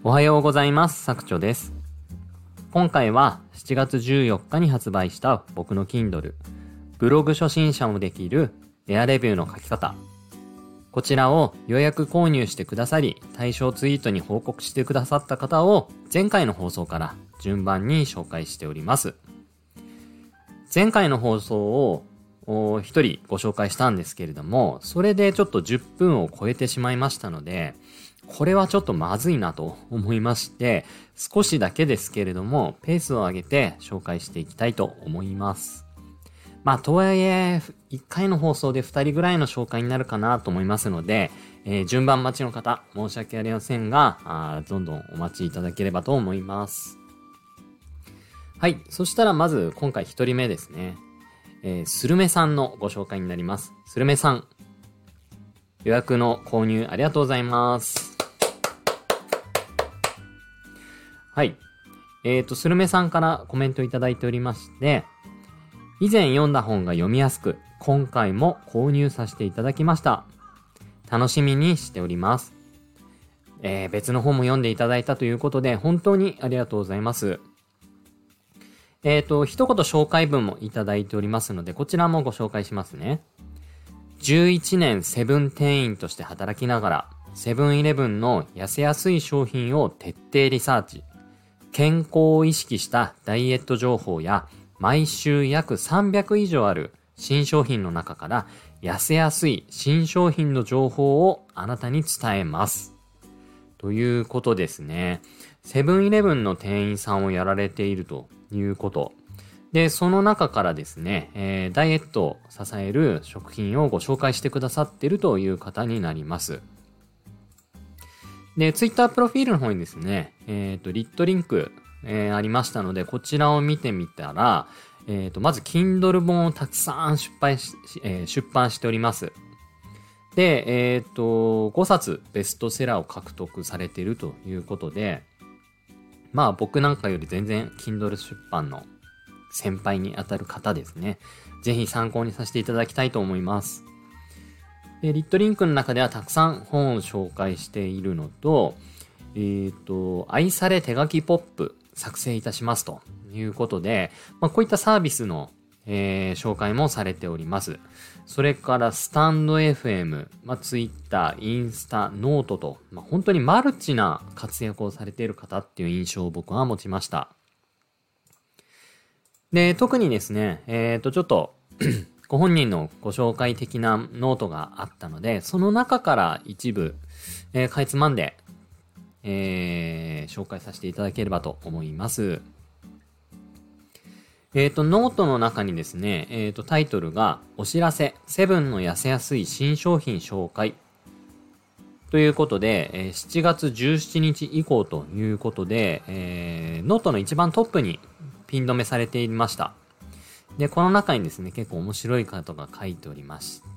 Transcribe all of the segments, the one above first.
おはようございます。さくちょです。今回は7月14日に発売した僕の Kindle ブログ初心者もできるエアレビューの書き方、こちらを予約購入してくださり対象ツイートに報告してくださった方を前回の放送から順番に紹介しております。前回の放送を一人ご紹介したんですけれども、それでちょっと10分を超えてしまいましたので、これはちょっとまずいなと思いまして、少しだけですけれどもペースを上げて紹介していきたいと思います。とはいえ1回の放送で2人ぐらいの紹介になるかなと思いますので、順番待ちの方申し訳ありませんが、どんどんお待ちいただければと思います。はい、そしたらまず今回1人目ですね。スルメさんのご紹介になります。スルメさん、予約の購入ありがとうございます。はい。スルメさんからコメントいただいておりまして、以前読んだ本が読みやすく、今回も購入させていただきました。楽しみにしております。別の本も読んでいただいたということで、本当にありがとうございます。一言紹介文もいただいておりますので、こちらもご紹介しますね。11年セブン店員として働きながら、セブンイレブンの痩せやすい商品を徹底リサーチ。健康を意識したダイエット情報や毎週約300以上ある新商品の中から痩せやすい新商品の情報をあなたに伝えます。ということですね。セブンイレブンの店員さんをやられているということ。で、その中からですね、ダイエットを支える食品をご紹介してくださっているという方になります。で、ツイッタープロフィールの方にですね、リットリンク、ありましたので、こちらを見てみたら、まず Kindle 本をたくさん出版しております。で、5冊ベストセラーを獲得されているということで、僕なんかより全然 Kindle 出版の先輩にあたる方ですね。ぜひ参考にさせていただきたいと思います。で、リットリンクの中ではたくさん本を紹介しているのと、愛され手書きポップ作成いたしますということで、こういったサービスの、紹介もされております。それからスタンド FM、ツイッター、インスタ、ノートと、本当にマルチな活躍をされている方っていう印象を僕は持ちました。で、特にですね、ちょっとご本人のご紹介的なノートがあったので、その中から一部、かいつまんで、紹介させていただければと思います。ノートの中にですね、タイトルがお知らせ、セブンの痩せやすい新商品紹介ということで、7月17日以降ということで、ノートの一番トップにピン止めされていました。で、この中にですね、結構面白いことが書いておりまして、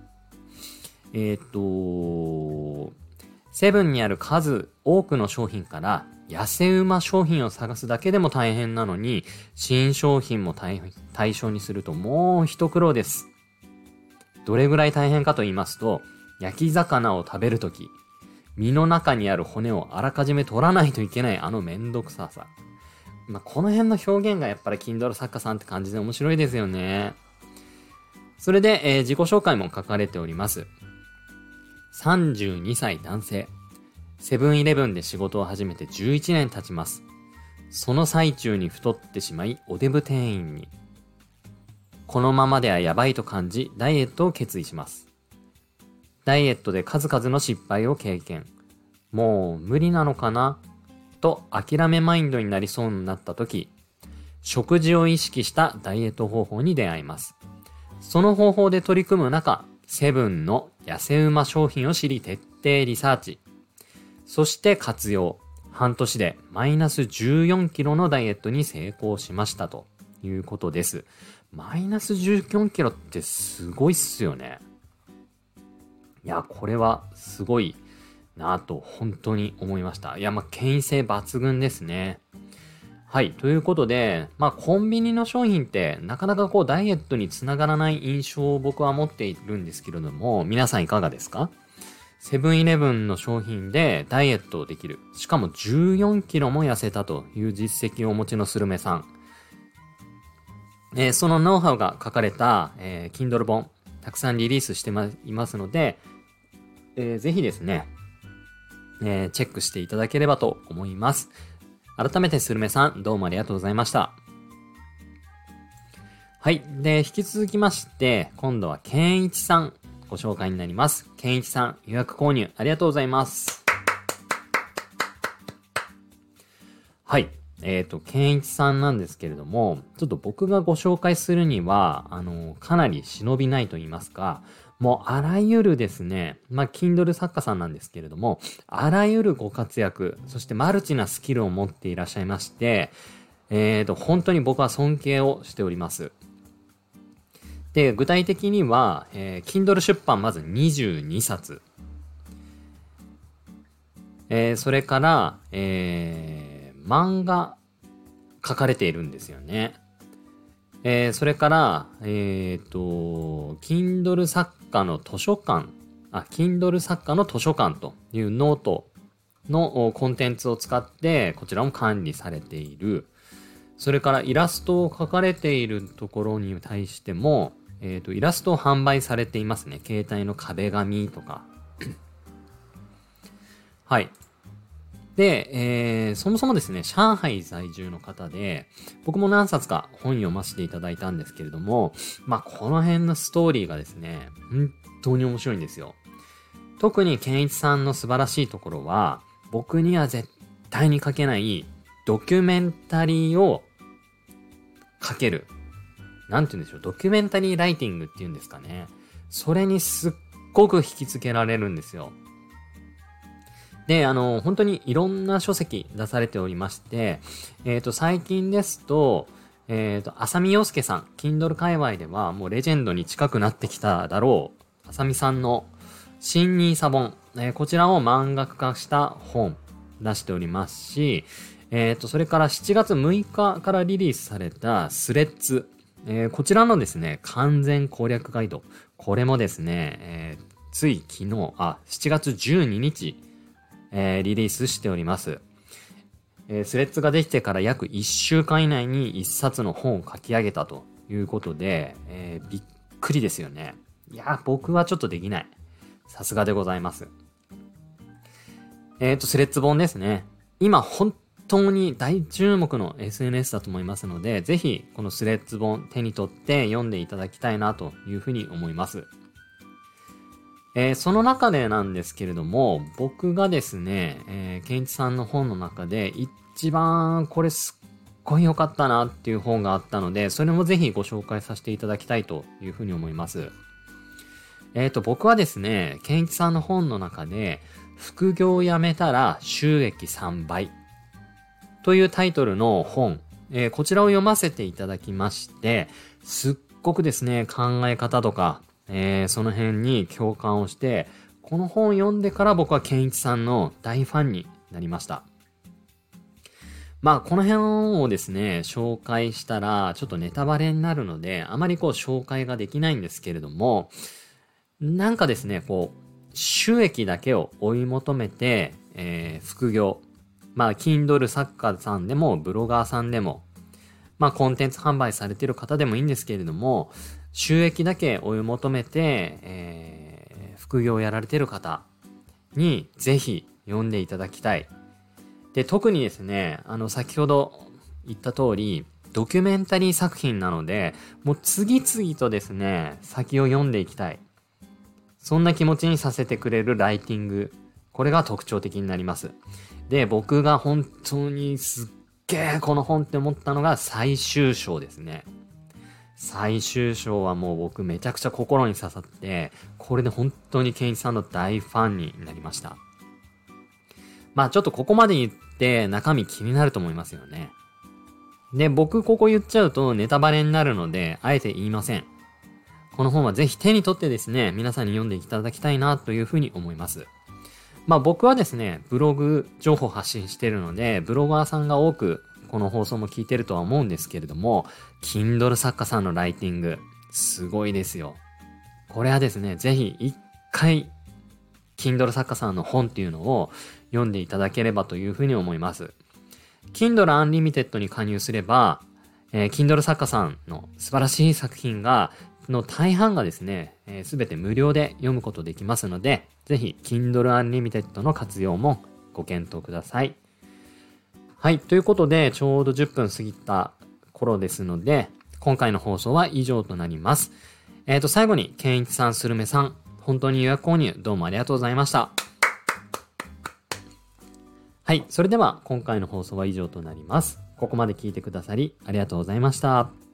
セブンにある数多くの商品から痩せ馬商品を探すだけでも大変なのに、新商品も対象にするともう一苦労です。どれぐらい大変かと言いますと、焼き魚を食べるとき、身の中にある骨をあらかじめ取らないといけないめんどくささ。この辺の表現がやっぱり Kindle 作家さんって感じで面白いですよね。それで、自己紹介も書かれております。32歳男性。セブンイレブンで仕事を始めて11年経ちます。その最中に太ってしまいおデブ店員に。このままではやばいと感じダイエットを決意します。ダイエットで数々の失敗を経験。もう無理なのかなと諦めマインドになりそうになった時、食事を意識したダイエット方法に出会います。その方法で取り組む中、セブンの痩せ馬商品を知り徹底リサーチ。そして活用。半年でマイナス14キロのダイエットに成功しましたということです。マイナス14キロってすごいっすよね。いや、これはすごいなぁと本当に思いました。いや、権威性抜群ですね。はい。ということで、コンビニの商品ってなかなかダイエットにつながらない印象を僕は持っているんですけれども、皆さんいかがですか？ セブンイレブンの商品でダイエットできる。しかも14キロも痩せたという実績をお持ちのスルメさん。そのノウハウが書かれた、Kindle 本、たくさんリリースしていますので、ぜひですね、チェックしていただければと思います。改めてスルメさん、どうもありがとうございました。はい。で、引き続きまして、今度はケンイチさん、ご紹介になります。ケンイチさん、予約購入ありがとうございます。はい。ケンイチさんなんですけれども、ちょっと僕がご紹介するには、かなり忍びないと言いますか、もうあらゆるですね、Kindle 作家さんなんですけれども、あらゆるご活躍、そしてマルチなスキルを持っていらっしゃいまして、本当に僕は尊敬をしております。で、具体的には、Kindle 出版まず22冊。それから、漫画書かれているんですよね。それから、Kindle 作家の図書館、Kindle 作家の図書館というノートのコンテンツを使って、こちらも管理されている。それからイラストを描かれているところに対しても、イラストを販売されていますね。携帯の壁紙とか。はい。で、そもそもですね、上海在住の方で、僕も何冊か本読ませていただいたんですけれども、この辺のストーリーがですね、本当に面白いんですよ。特にケンイチさんの素晴らしいところは、僕には絶対に書けないドキュメンタリーを書ける。なんて言うんでしょう、ドキュメンタリーライティングっていうんですかね。それにすっごく引きつけられるんですよ。で、本当にいろんな書籍出されておりまして、最近ですと、浅見陽介さん、Kindle 界隈ではもうレジェンドに近くなってきただろう、浅見さんの新ニーサ本、こちらを漫画化した本出しておりますし、それから7月6日からリリースされたスレッズ、こちらのですね、完全攻略ガイド、これもですね、つい昨日、7月12日、リリースしております。スレッズができてから約1週間以内に1冊の本を書き上げたということで、びっくりですよね。いや、僕はちょっとできない。さすがでございます。スレッズ本ですね。今本当に大注目の SNS だと思いますので、ぜひこのスレッズ本手に取って読んでいただきたいなというふうに思います。その中でなんですけれども、僕がですね、ケンイチさんの本の中で一番これすっごい良かったなっていう本があったので、それもぜひご紹介させていただきたいというふうに思います。僕はですね、ケンイチさんの本の中で、副業をやめたら収益3倍というタイトルの本、こちらを読ませていただきまして、すっごくですね、考え方とか、その辺に共感をして、この本を読んでから僕はケンイチさんの大ファンになりました。この辺をですね、紹介したらちょっとネタバレになるので、あまり紹介ができないんですけれども、なんかですね、収益だけを追い求めて、副業、Kindle 作家さんでも、ブロガーさんでも、コンテンツ販売されている方でもいいんですけれども、収益だけ追い求めて、副業をやられている方にぜひ読んでいただきたい。で、特にですね、先ほど言った通り、ドキュメンタリー作品なので、もう次々とですね、先を読んでいきたい。そんな気持ちにさせてくれるライティング。これが特徴的になります。で、僕が本当にすっげーこの本って思ったのが最終章ですね。最終章はもう僕めちゃくちゃ心に刺さって、これで本当にケンイチさんの大ファンになりました。ちょっとここまで言って中身気になると思いますよね。で、僕ここ言っちゃうとネタバレになるので、あえて言いません。この本はぜひ手に取ってですね、皆さんに読んでいただきたいなというふうに思います。僕はですね、ブログ情報発信しているので、ブロガーさんが多くこの放送も聞いてるとは思うんですけれども、Kindle 作家さんのライティング、すごいですよ。これはですね、ぜひ一回 Kindle 作家さんの本っていうのを読んでいただければというふうに思います。Kindle Unlimited に加入すれば、Kindle 作家さんの素晴らしい作品の大半がですね、すべて無料で読むことできますので、ぜひ Kindle Unlimited の活用もご検討ください。はい、ということでちょうど10分過ぎた頃ですので、今回の放送は以上となります。最後に健一さん、スルメさん、本当に予約購入どうもありがとうございました。はい、それでは今回の放送は以上となります。ここまで聞いてくださりありがとうございました。